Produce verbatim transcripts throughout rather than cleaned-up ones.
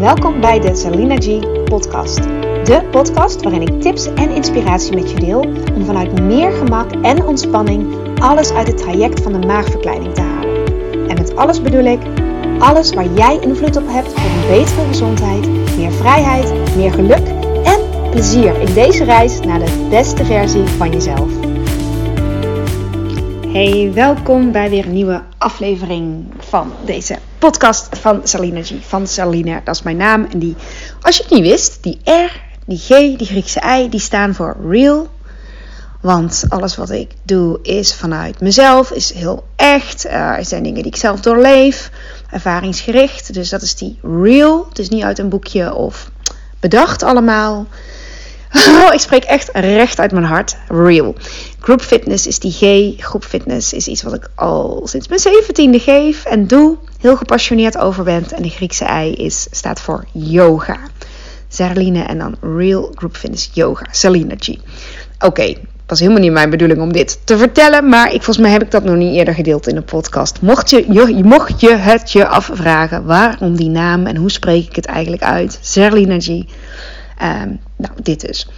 Welkom bij de Salina G podcast. De podcast waarin ik tips en inspiratie met je deel om vanuit meer gemak en ontspanning alles uit het traject van de maagverkleining te halen. En met alles bedoel ik, alles waar jij invloed op hebt voor een betere gezondheid, meer vrijheid, meer geluk en plezier in deze reis naar de beste versie van jezelf. Hey, welkom bij weer een nieuwe aflevering van deze podcast van Salina G. Van Salina, dat is mijn naam. En die, als je het niet wist, die R, die G, die Griekse I, die staan voor real. Want alles wat ik doe is vanuit mezelf, is heel echt. Uh, er zijn dingen die ik zelf doorleef, ervaringsgericht. Dus dat is die real. Het is niet uit een boekje of bedacht allemaal. Oh, ik spreek echt recht uit mijn hart. Real. Group fitness is die G. Groep fitness is iets wat ik al sinds mijn zeventiende geef en doe. Heel gepassioneerd over ben. En de Griekse I is, staat voor yoga. Zarline en dan real group fitness yoga. Salina G. Oké, okay, het was helemaal niet mijn bedoeling om dit te vertellen. Maar ik, volgens mij heb ik dat nog niet eerder gedeeld in de podcast. Mocht je, je, mocht je het je afvragen waarom die naam en hoe spreek ik het eigenlijk uit. Salina G. Um, nou, dit dus.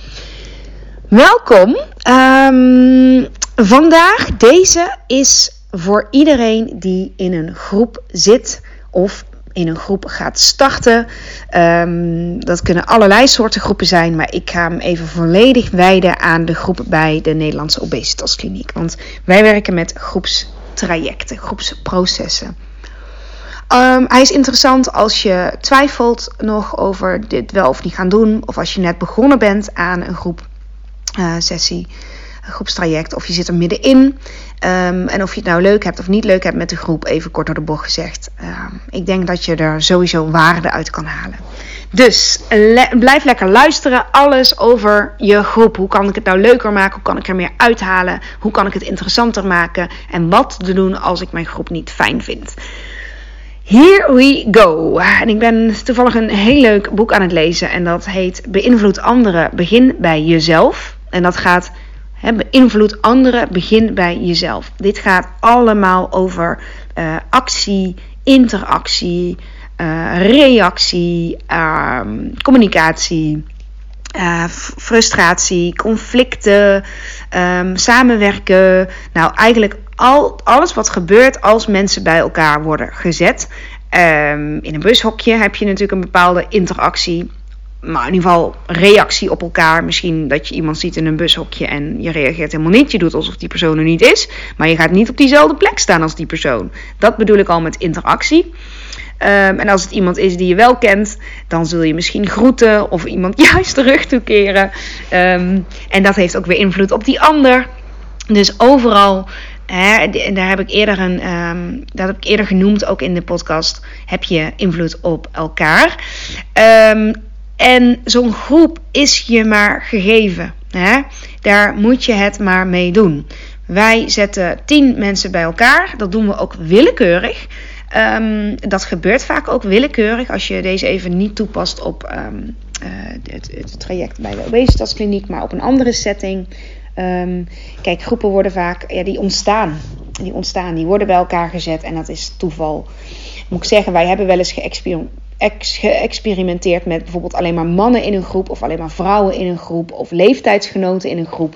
Welkom. Um, vandaag, deze is voor iedereen die in een groep zit of in een groep gaat starten. Um, dat kunnen allerlei soorten groepen zijn, maar ik ga hem even volledig wijden aan de groep bij de Nederlandse Obesitaskliniek. Want wij werken met groepstrajecten, groepsprocessen. Um, hij is interessant als je twijfelt nog over dit wel of niet gaan doen. Of als je net begonnen bent aan een groep uh, sessie, een groepstraject. Of je zit er middenin. Um, en of je het nou leuk hebt of niet leuk hebt met de groep. Even kort door de bocht gezegd. Um, ik denk dat je er sowieso waarde uit kan halen. Dus le- blijf lekker luisteren. Alles over je groep. Hoe kan ik het nou leuker maken? Hoe kan ik er meer uithalen? Hoe kan ik het interessanter maken? En wat te doen als ik mijn groep niet fijn vind? Here we go. En ik ben toevallig een heel leuk boek aan het lezen. En dat heet Beïnvloed anderen, begin bij jezelf. En dat gaat, he, beïnvloed anderen, begin bij jezelf. Dit gaat allemaal over uh, actie, interactie, uh, reactie, uh, communicatie, uh, frustratie, conflicten, um, samenwerken. Nou, eigenlijk Al, alles wat gebeurt als mensen bij elkaar worden gezet. Um, in een bushokje heb je natuurlijk een bepaalde interactie. Maar in ieder geval reactie op elkaar. Misschien dat je iemand ziet in een bushokje en je reageert helemaal niet. Je doet alsof die persoon er niet is. Maar je gaat niet op diezelfde plek staan als die persoon. Dat bedoel ik al met interactie. Um, en als het iemand is die je wel kent, dan zul je misschien groeten of iemand juist de rug toekeren. Um, en dat heeft ook weer invloed op die ander. Dus overal... He, daar heb ik eerder een, um, dat heb ik eerder genoemd, ook in de podcast, heb je invloed op elkaar. Um, en zo'n groep is je maar gegeven. He? Daar moet je het maar mee doen. Wij zetten tien mensen bij elkaar. Dat doen we ook willekeurig. Um, dat gebeurt vaak ook willekeurig als je deze even niet toepast op um, uh, het, het traject bij de Obesitaskliniek, maar op een andere setting. Um, kijk, groepen worden vaak, ja, die ontstaan. Die ontstaan, die worden bij elkaar gezet en dat is toeval. Moet ik zeggen, wij hebben wel eens geëxper- ex- geëxperimenteerd met bijvoorbeeld alleen maar mannen in een groep, of alleen maar vrouwen in een groep, of leeftijdsgenoten in een groep.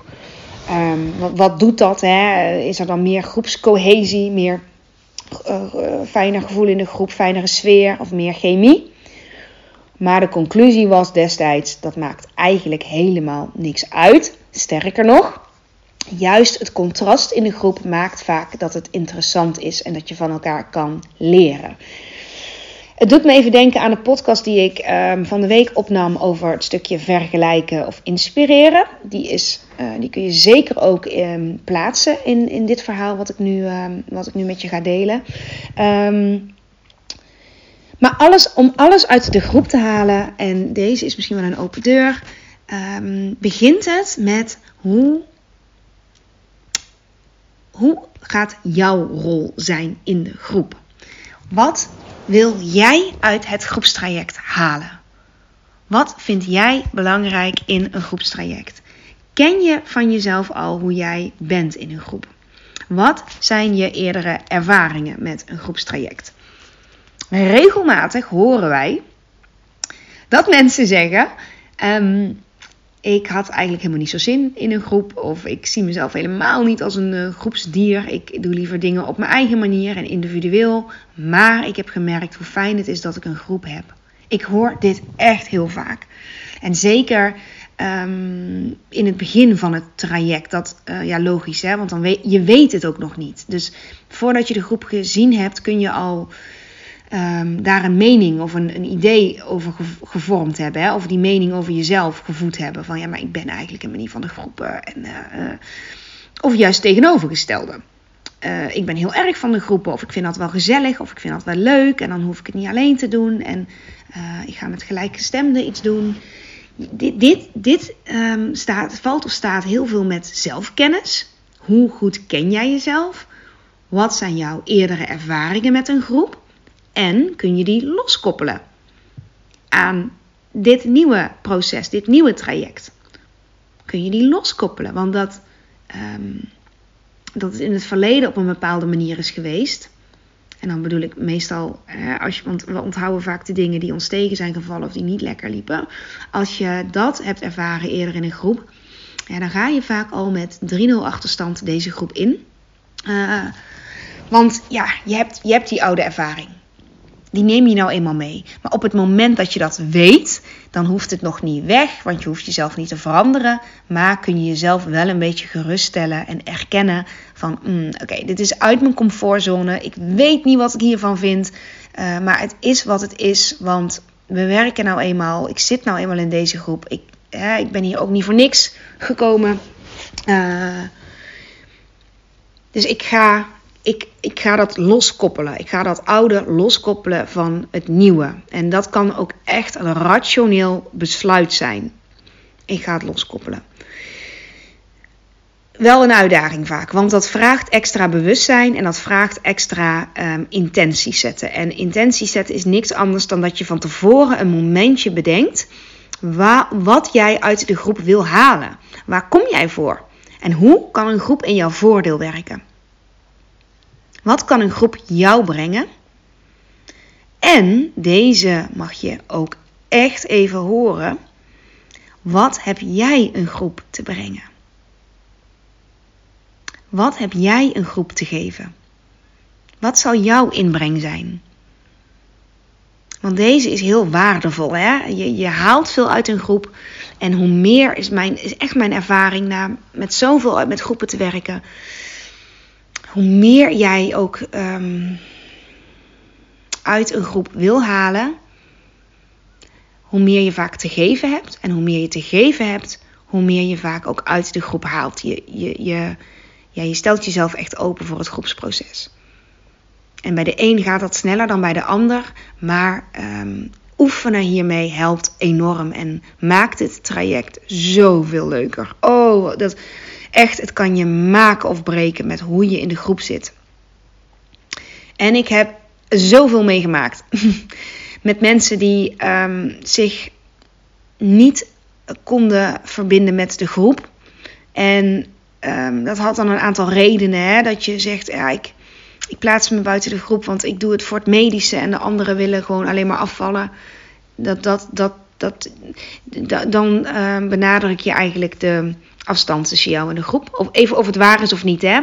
Um, wat, wat doet dat? Hè? Is er dan meer groepscohesie, meer uh, uh, fijner gevoel in de groep, fijnere sfeer of meer chemie? Maar de conclusie was destijds, dat maakt eigenlijk helemaal niks uit. Sterker nog, juist het contrast in de groep maakt vaak dat het interessant is en dat je van elkaar kan leren. Het doet me even denken aan de podcast die ik um, van de week opnam over het stukje vergelijken of inspireren. Die, is, uh, die kun je zeker ook um, plaatsen in, in dit verhaal wat ik, nu, um, wat ik nu met je ga delen. Um, maar alles, om alles uit de groep te halen, en deze is misschien wel een open deur, um, begint het met hoe, hoe gaat jouw rol zijn in de groep? Wat wil jij uit het groepstraject halen? Wat vind jij belangrijk in een groepstraject? Ken je van jezelf al hoe jij bent in een groep? Wat zijn je eerdere ervaringen met een groepstraject? Regelmatig horen wij dat mensen zeggen, Um, ik had eigenlijk helemaal niet zo zin in een groep. Of ik zie mezelf helemaal niet als een uh, groepsdier. Ik doe liever dingen op mijn eigen manier en individueel. Maar ik heb gemerkt hoe fijn het is dat ik een groep heb. Ik hoor dit echt heel vaak. En zeker um, in het begin van het traject. Dat, uh, ja, logisch, hè? Want dan weet, je weet het ook nog niet. Dus voordat je de groep gezien hebt, kun je al Um, daar een mening of een, een idee over gevormd hebben. Hè? Of die mening over jezelf gevoed hebben. Van ja, maar ik ben eigenlijk helemaal niet van de groepen. En, uh, uh, of juist tegenovergestelde. Uh, ik ben heel erg van de groepen. Of ik vind dat wel gezellig. Of ik vind dat wel leuk. En dan hoef ik het niet alleen te doen. En uh, ik ga met gelijkgestemden iets doen. Dit, dit, dit um, staat, valt of staat heel veel met zelfkennis. Hoe goed ken jij jezelf? Wat zijn jouw eerdere ervaringen met een groep? En kun je die loskoppelen aan dit nieuwe proces, dit nieuwe traject. Kun je die loskoppelen, want dat, um, dat het in het verleden op een bepaalde manier is geweest. En dan bedoel ik meestal, eh, als je, want we onthouden vaak de dingen die ons tegen zijn gevallen of die niet lekker liepen. Als je dat hebt ervaren eerder in een groep, ja, dan ga je vaak al met drie nul achterstand deze groep in. Uh, want ja, je hebt, je hebt die oude ervaring. Die neem je nou eenmaal mee. Maar op het moment dat je dat weet, dan hoeft het nog niet weg. Want je hoeft jezelf niet te veranderen. Maar kun je jezelf wel een beetje geruststellen en erkennen van Mm, Oké, okay, dit is uit mijn comfortzone. Ik weet niet wat ik hiervan vind. Uh, maar het is wat het is. Want we werken nou eenmaal. Ik zit nou eenmaal in deze groep. Ik, hè, ik ben hier ook niet voor niks gekomen. Uh, dus ik ga... Ik, ik ga dat loskoppelen. Ik ga dat oude loskoppelen van het nieuwe. En dat kan ook echt een rationeel besluit zijn. Ik ga het loskoppelen. Wel een uitdaging vaak. Want dat vraagt extra bewustzijn. En dat vraagt extra um, intenties zetten. En intenties zetten is niks anders dan dat je van tevoren een momentje bedenkt. Waar, wat jij uit de groep wil halen. Waar kom jij voor? En hoe kan een groep in jouw voordeel werken? Wat kan een groep jou brengen? En deze mag je ook echt even horen. Wat heb jij een groep te brengen? Wat heb jij een groep te geven? Wat zal jouw inbreng zijn? Want deze is heel waardevol. Hè? Je, je haalt veel uit een groep. En hoe meer is, mijn, is echt mijn ervaring na met zoveel met groepen te werken. Hoe meer jij ook um, uit een groep wil halen, hoe meer je vaak te geven hebt. En hoe meer je te geven hebt, hoe meer je vaak ook uit de groep haalt. Je, je, je, ja, je stelt jezelf echt open voor het groepsproces. En bij de een gaat dat sneller dan bij de ander. Maar um, oefenen hiermee helpt enorm en maakt het traject zoveel leuker. Oh, dat... Echt, het kan je maken of breken met hoe je in de groep zit. En ik heb zoveel meegemaakt. Met mensen die um, zich niet konden verbinden met de groep. En um, dat had dan een aantal redenen. Hè, dat je zegt, ja, ik, ik plaats me buiten de groep, want ik doe het voor het medische. En de anderen willen gewoon alleen maar afvallen. Dat, dat, dat, dat, dat, dan uh, benadruk je eigenlijk de afstand tussen jou en de groep. Of even of het waar is of niet, hè.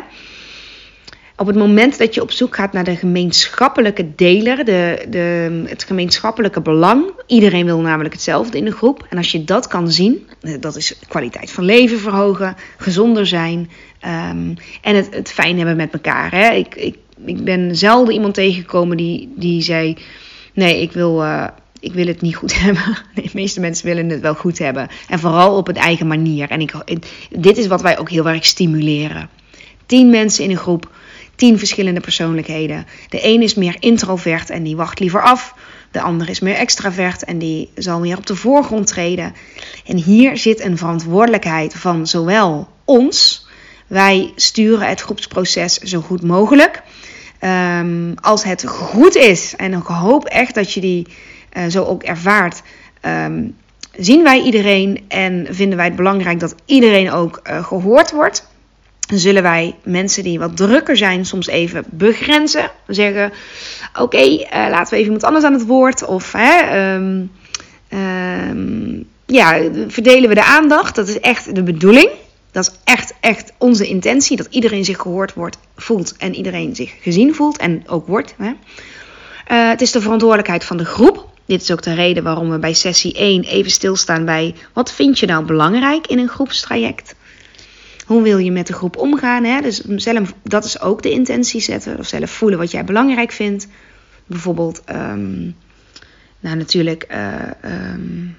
Op het moment dat je op zoek gaat naar de gemeenschappelijke deler, de, de, het gemeenschappelijke belang. Iedereen wil namelijk hetzelfde in de groep. En als je dat kan zien, dat is kwaliteit van leven verhogen, gezonder zijn um, en het, het fijn hebben met elkaar. Hè. Ik, ik, ik ben zelden iemand tegengekomen die, die zei, nee, ik wil... Uh, Ik wil het niet goed hebben. Nee, de meeste mensen willen het wel goed hebben. En vooral op een eigen manier. En ik, dit is wat wij ook heel erg stimuleren. Tien mensen in een groep. Tien verschillende persoonlijkheden. De een is meer introvert en die wacht liever af. De ander is meer extravert en die zal meer op de voorgrond treden. En hier zit een verantwoordelijkheid van zowel ons. Wij sturen het groepsproces zo goed mogelijk. Um, als het goed is. En ik hoop echt dat je die... Uh, zo ook ervaart, um, zien wij iedereen en vinden wij het belangrijk dat iedereen ook uh, gehoord wordt. Dan zullen wij mensen die wat drukker zijn soms even begrenzen. Zeggen, oké, okay, uh, laten we even iemand anders aan het woord. Of hè, um, Um, ja, verdelen we de aandacht. Dat is echt de bedoeling. Dat is echt, echt onze intentie. Dat iedereen zich gehoord wordt, voelt en iedereen zich gezien voelt en ook wordt. Hè. Uh, het is de verantwoordelijkheid van de groep. Dit is ook de reden waarom we bij sessie één even stilstaan bij... wat vind je nou belangrijk in een groepstraject? Hoe wil je met de groep omgaan? Hè? Dus zelf, dat is ook de intentie zetten. Of zelf voelen wat jij belangrijk vindt. Bijvoorbeeld, um, nou natuurlijk... Uh, um,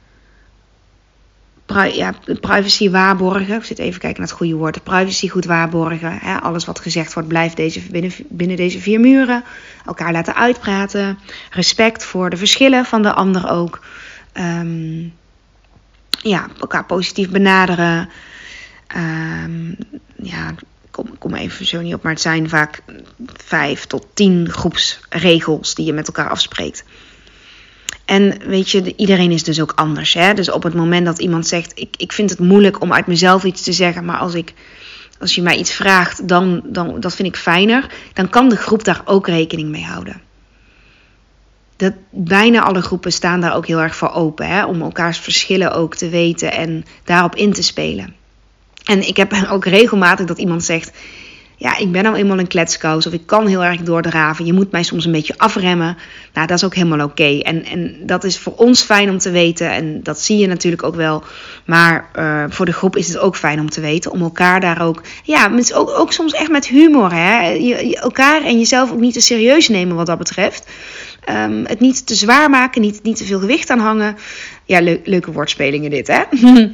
Pri- ja, privacy waarborgen. Ik zit even kijken naar het goede woord. De privacy goed waarborgen. Hè? Alles wat gezegd wordt blijft deze, binnen, binnen deze vier muren. Elkaar laten uitpraten. Respect voor de verschillen van de ander ook. Um, ja, elkaar positief benaderen. Um, ja, ik kom, kom even zo niet op. Maar het zijn vaak vijf tot tien groepsregels die je met elkaar afspreekt. En weet je, iedereen is dus ook anders. Hè? Dus op het moment dat iemand zegt... Ik, ik vind het moeilijk om uit mezelf iets te zeggen... maar als, ik, als je mij iets vraagt, dan, dan dat vind ik fijner... dan kan de groep daar ook rekening mee houden. Dat, bijna alle groepen staan daar ook heel erg voor open. Hè? Om elkaars verschillen ook te weten en daarop in te spelen. En ik heb ook regelmatig dat iemand zegt... ja, ik ben nou eenmaal een kletskous of ik kan heel erg doordraven. Je moet mij soms een beetje afremmen. Nou, dat is ook helemaal oké. Okay. En, en dat is voor ons fijn om te weten. En dat zie je natuurlijk ook wel. Maar uh, voor de groep is het ook fijn om te weten. Om elkaar daar ook... Ja, met, ook, ook soms echt met humor. Hè? Je, je, elkaar en jezelf ook niet te serieus nemen wat dat betreft. Um, het niet te zwaar maken. Niet, niet te veel gewicht aan hangen. Ja, le- leuke woordspelingen dit, hè?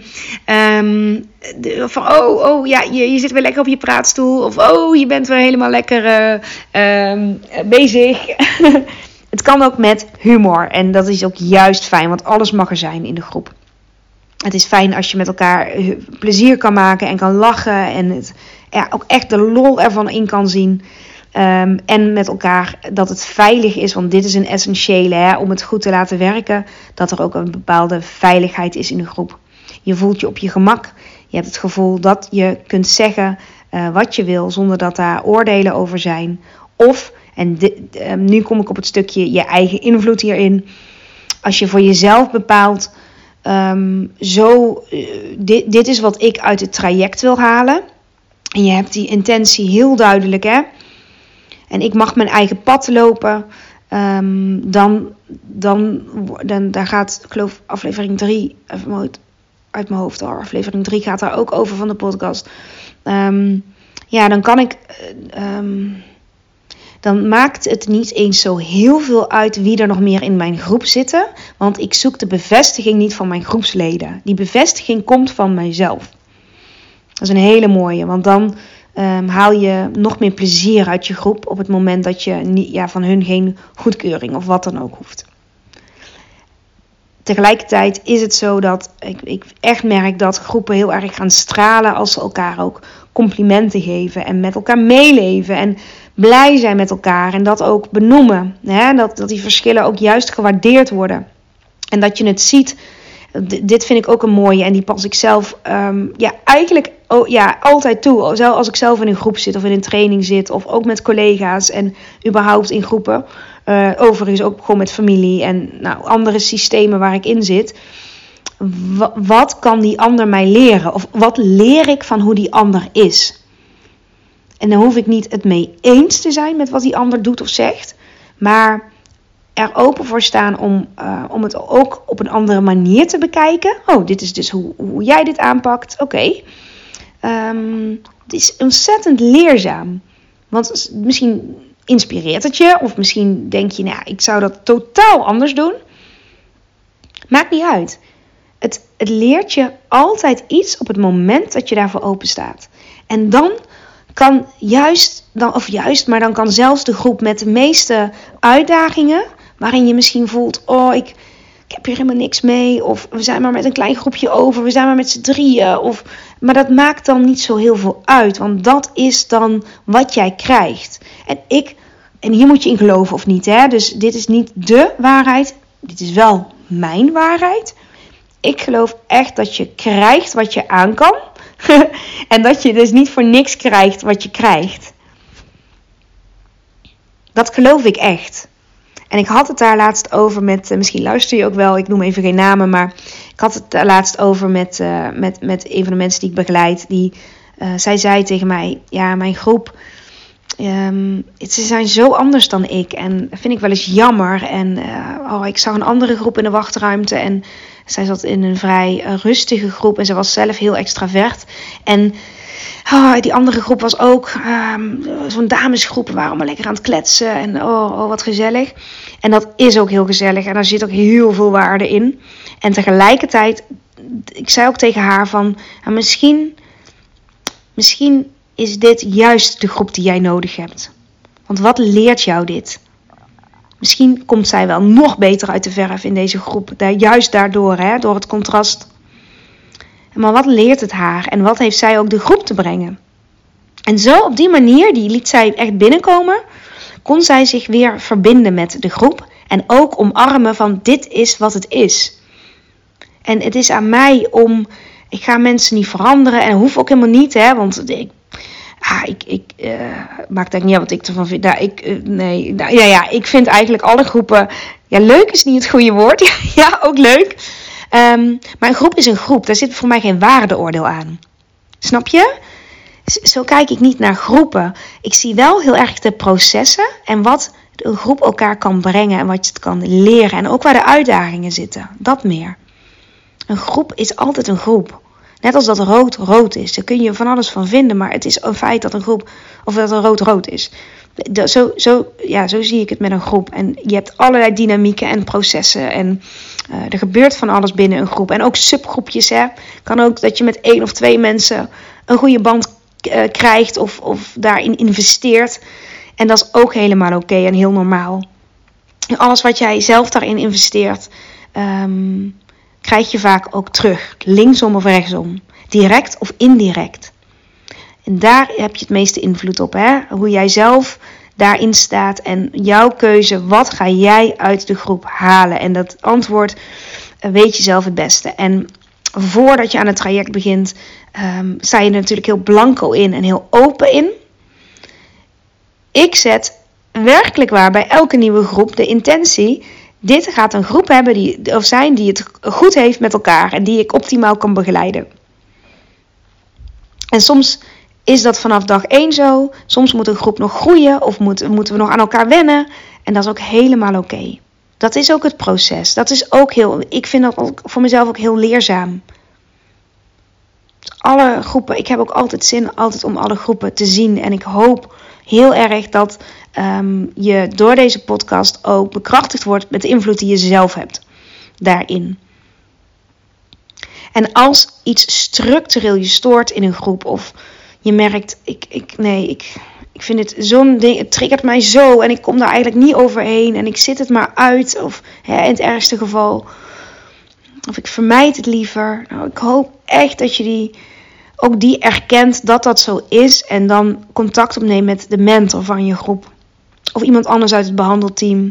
um, de, van, oh, oh, ja, je, je zit weer lekker op je praatstoel. Of, oh, je bent weer helemaal lekker uh, um, bezig. Het kan ook met humor. En dat is ook juist fijn, want alles mag er zijn in de groep. Het is fijn als je met elkaar plezier kan maken en kan lachen. En het, ja, ook echt de lol ervan in kan zien. Um, en met elkaar dat het veilig is, want dit is een essentiële, hè, om het goed te laten werken, dat er ook een bepaalde veiligheid is in de groep. Je voelt je op je gemak. Je hebt het gevoel dat je kunt zeggen uh, wat je wil, zonder dat daar oordelen over zijn. Of, en di- uh, nu kom ik op het stukje je eigen invloed hierin. Als je voor jezelf bepaalt, um, zo, uh, dit, dit is wat ik uit het traject wil halen. En je hebt die intentie heel duidelijk, hè. En ik mag mijn eigen pad lopen. Um, dan, dan, dan, daar gaat, ik geloof, aflevering drie, uit mijn hoofd al, aflevering drie gaat daar ook over van de podcast. Um, ja, dan kan ik, um, dan maakt het niet eens zo heel veel uit wie er nog meer in mijn groep zitten. Want ik zoek de bevestiging niet van mijn groepsleden. Die bevestiging komt van mijzelf. Dat is een hele mooie, want dan... Um, haal je nog meer plezier uit je groep op het moment dat je niet, ja, van hun geen goedkeuring of wat dan ook hoeft. Tegelijkertijd is het zo dat ik, ik echt merk dat groepen heel erg gaan stralen als ze elkaar ook complimenten geven en met elkaar meeleven en blij zijn met elkaar en dat ook benoemen. Hè? Dat, dat die verschillen ook juist gewaardeerd worden en dat je het ziet. D- dit vind ik ook een mooie en die pas ik zelf um, ja, eigenlijk oh, ja, altijd toe. Zelfs als ik zelf in een groep zit of in een training zit of ook met collega's en überhaupt in groepen. Uh, overigens ook gewoon met familie en nou, andere systemen waar ik in zit. W- wat kan die ander mij leren? Of wat leer ik van hoe die ander is? En dan hoef ik niet het mee eens te zijn met wat die ander doet of zegt. Maar er open voor staan om, uh, om het ook op een andere manier te bekijken. Oh, dit is dus hoe, hoe jij dit aanpakt. Oké. Okay. Um, het is ontzettend leerzaam. Want misschien inspireert het je. Of misschien denk je, nou, ik zou dat totaal anders doen. Maakt niet uit. Het, het leert je altijd iets op het moment dat je daarvoor open staat. En dan kan juist, dan, of juist, maar dan kan zelfs de groep met de meeste uitdagingen, waarin je misschien voelt, oh, ik, ik heb hier helemaal niks mee. Of we zijn maar met een klein groepje over. We zijn maar met z'n drieën. Of, maar dat maakt dan niet zo heel veel uit. Want dat is dan wat jij krijgt. En ik, en hier moet je in geloven of niet. Hè? Dus dit is niet de waarheid. Dit is wel mijn waarheid. Ik geloof echt dat je krijgt wat je aan kan. En dat je dus niet voor niks krijgt wat je krijgt. Dat geloof ik echt. En ik had het daar laatst over met, uh, misschien luister je ook wel, ik noem even geen namen, maar ik had het daar laatst over met, uh, met, met een van de mensen die ik begeleid. Die, uh, zij zei tegen mij, ja, mijn groep, um, ze zijn zo anders dan ik. En dat vind ik wel eens jammer. En uh, oh, ik zag een andere groep in de wachtruimte en zij zat in een vrij uh, rustige groep en ze was zelf heel extravert. En oh, die andere groep was ook um, zo'n damesgroep. We waren allemaal lekker aan het kletsen. En oh, oh, wat gezellig. En dat is ook heel gezellig. En daar zit ook heel veel waarde in. En tegelijkertijd, ik zei ook tegen haar van, nou, misschien, misschien is dit juist de groep die jij nodig hebt. Want wat leert jou dit? Misschien komt zij wel nog beter uit de verf in deze groep. Daar, juist daardoor, hè, door het contrast. Maar wat leert het haar? En wat heeft zij ook de groep te brengen? En zo op die manier, die liet zij echt binnenkomen, kon zij zich weer verbinden met de groep. En ook omarmen van dit is wat het is. En het is aan mij om, ik ga mensen niet veranderen. En dat hoeft ook helemaal niet, hè. Want ik, ah, ik, ik uh, maakt eigenlijk niet uit wat ik ervan vind. Nou, ik, uh, nee, nou, ja, ja, ik vind eigenlijk alle groepen, ja, leuk is niet het goede woord. Ja, ja ook leuk. Um, maar een groep is een groep. Daar zit voor mij geen waardeoordeel aan. Snap je? Zo kijk ik niet naar groepen. Ik zie wel heel erg de processen en wat een groep elkaar kan brengen en wat je het kan leren. En ook waar de uitdagingen zitten. Dat meer. Een groep is altijd een groep. Net als dat rood rood is. Daar kun je van alles van vinden. Maar het is een feit dat een groep, of dat een rood rood is. Zo, zo, ja, zo zie ik het met een groep. En je hebt allerlei dynamieken en processen. En uh, er gebeurt van alles binnen een groep. En ook subgroepjes. Hè. Kan ook dat je met één of twee mensen een goede band uh, krijgt. Of, of daarin investeert. En dat is ook helemaal oké okay en heel normaal. En alles wat jij zelf daarin investeert, Um, krijg je vaak ook terug. Linksom of rechtsom. Direct of indirect. En daar heb je het meeste invloed op. Hè? Hoe jij zelf daarin staat. En jouw keuze. Wat ga jij uit de groep halen? En dat antwoord weet je zelf het beste. En voordat je aan het traject begint. Um, sta je er natuurlijk heel blanco in. En heel open in. Ik zet werkelijk waar bij elke nieuwe groep de intentie. Dit gaat een groep hebben die, of zijn die het goed heeft met elkaar. En die ik optimaal kan begeleiden. En soms is dat vanaf dag één zo. Soms moet een groep nog groeien. Of moet, moeten we nog aan elkaar wennen. En dat is ook helemaal oké. Okay. Dat is ook het proces. Dat is ook heel, ik vind dat ook voor mezelf ook heel leerzaam. Alle groepen. Ik heb ook altijd zin altijd om alle groepen te zien. En ik hoop heel erg dat um, je door deze podcast ook bekrachtigd wordt met de invloed die je zelf hebt daarin. En als iets structureel je stoort in een groep of je merkt, ik, ik, nee, ik, ik vind het zo'n ding, het triggert mij zo en ik kom daar eigenlijk niet overheen en ik zit het maar uit of hè, in het ergste geval, of ik vermijd het liever. Nou, ik hoop echt dat je die, ook die erkent dat dat zo is en dan contact opneemt met de mentor van je groep of iemand anders uit het behandelteam.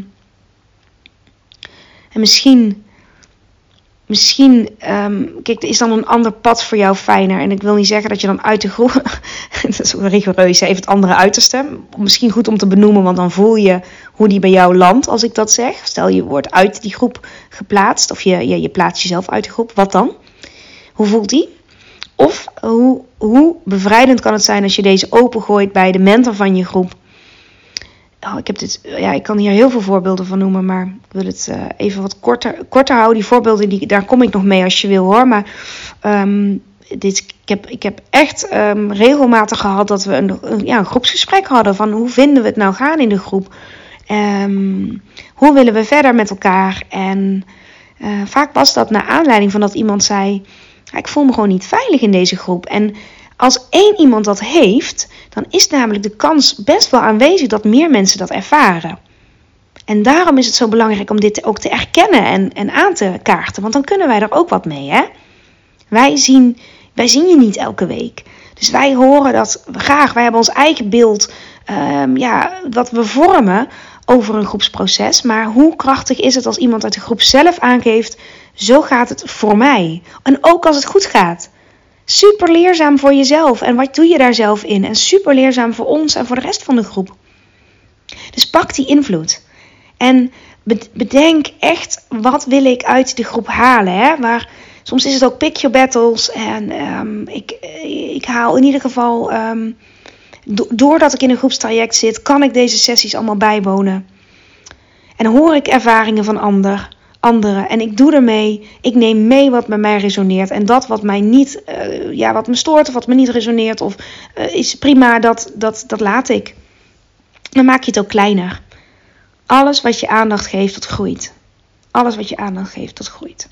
En misschien Misschien um, kijk, is dan een ander pad voor jou fijner. En ik wil niet zeggen dat je dan uit de groep, dat is ook rigoureus, even het andere uiterste. Misschien goed om te benoemen, want dan voel je hoe die bij jou landt als ik dat zeg. Stel je wordt uit die groep geplaatst. Of je, je, je plaatst jezelf uit de groep. Wat dan? Hoe voelt die? Of hoe, hoe bevrijdend kan het zijn als je deze opengooit bij de mentor van je groep. Oh, ik, heb dit, ja, ik kan hier heel veel voorbeelden van noemen, maar ik wil het uh, even wat korter, korter houden. Die voorbeelden, die, daar kom ik nog mee als je wil hoor. Maar um, dit, ik, heb, ik heb echt um, regelmatig gehad dat we een, een, ja, een groepsgesprek hadden. Van hoe vinden we het nou gaan in de groep? Um, hoe willen we verder met elkaar? En uh, vaak was dat naar aanleiding van dat iemand zei, ik voel me gewoon niet veilig in deze groep. En als één iemand dat heeft, dan is namelijk de kans best wel aanwezig dat meer mensen dat ervaren. En daarom is het zo belangrijk om dit ook te erkennen en, en aan te kaarten. Want dan kunnen wij er ook wat mee, hè? Wij zien, wij zien je niet elke week. Dus wij horen dat graag. Wij hebben ons eigen beeld, um, ja, wat we vormen over een groepsproces. Maar hoe krachtig is het als iemand uit de groep zelf aangeeft, zo gaat het voor mij. En ook als het goed gaat. Super leerzaam voor jezelf. En wat doe je daar zelf in? En super leerzaam voor ons en voor de rest van de groep. Dus pak die invloed. En bedenk echt, wat wil ik uit de groep halen? Hè? Maar soms is het ook pick your battles. En um, ik, ik haal in ieder geval, um, do- doordat ik in een groepstraject zit, kan ik deze sessies allemaal bijwonen. En dan hoor ik ervaringen van ander, anderen. En ik doe ermee. Ik neem mee wat bij mij resoneert. En dat wat mij niet, uh, ja, wat me stoort of wat me niet resoneert, of uh, is prima, dat, dat, dat laat ik. Dan maak je het ook kleiner. Alles wat je aandacht geeft, dat groeit. Alles wat je aandacht geeft, dat groeit.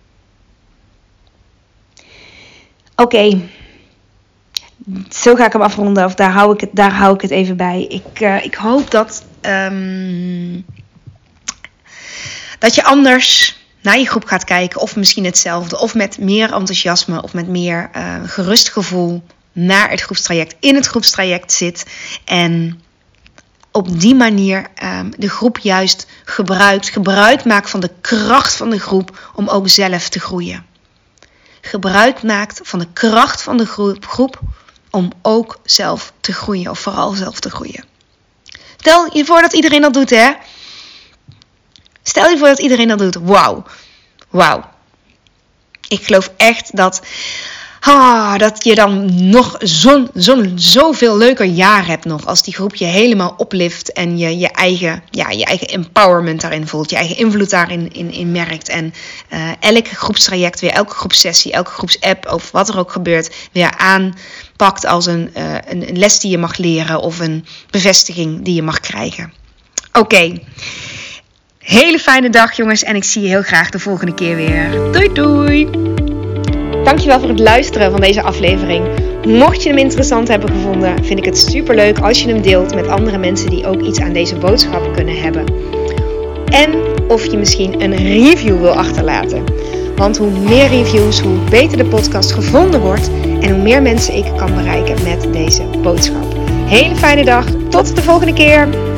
Oké. Okay. Zo ga ik hem afronden. Of daar hou ik het, daar hou ik het even bij. Ik, uh, ik hoop dat... Um, dat je anders naar je groep gaat kijken. Of misschien hetzelfde. Of met meer enthousiasme. Of met meer uh, gerust gevoel naar het groepstraject. In het groepstraject zit. En op die manier um, de groep juist gebruikt. Gebruik maakt van de kracht van de groep. Om ook zelf te groeien. Gebruik maakt van de kracht van de groep, groep. Om ook zelf te groeien. Of vooral zelf te groeien. Stel je voor dat iedereen dat doet, hè. Stel je voor dat iedereen dat doet. Wauw. Wauw. Ik geloof echt dat, ah, dat je dan nog zo'n, zo'n zoveel leuker jaar hebt nog. Als die groep je helemaal oplift. En je je eigen, ja, je eigen empowerment daarin voelt. Je eigen invloed daarin in, in merkt. En uh, elk groepstraject weer, elke groepsessie, elke groepsapp. Of wat er ook gebeurt. Weer aanpakt als een, uh, een, een les die je mag leren. Of een bevestiging die je mag krijgen. Oké. Okay. Hele fijne dag, jongens. En ik zie je heel graag de volgende keer weer. Doei doei. Dankjewel voor het luisteren van deze aflevering. Mocht je hem interessant hebben gevonden, vind ik het superleuk als je hem deelt met andere mensen die ook iets aan deze boodschap kunnen hebben. En of je misschien een review wil achterlaten. Want hoe meer reviews, hoe beter de podcast gevonden wordt en hoe meer mensen ik kan bereiken met deze boodschap. Hele fijne dag. Tot de volgende keer.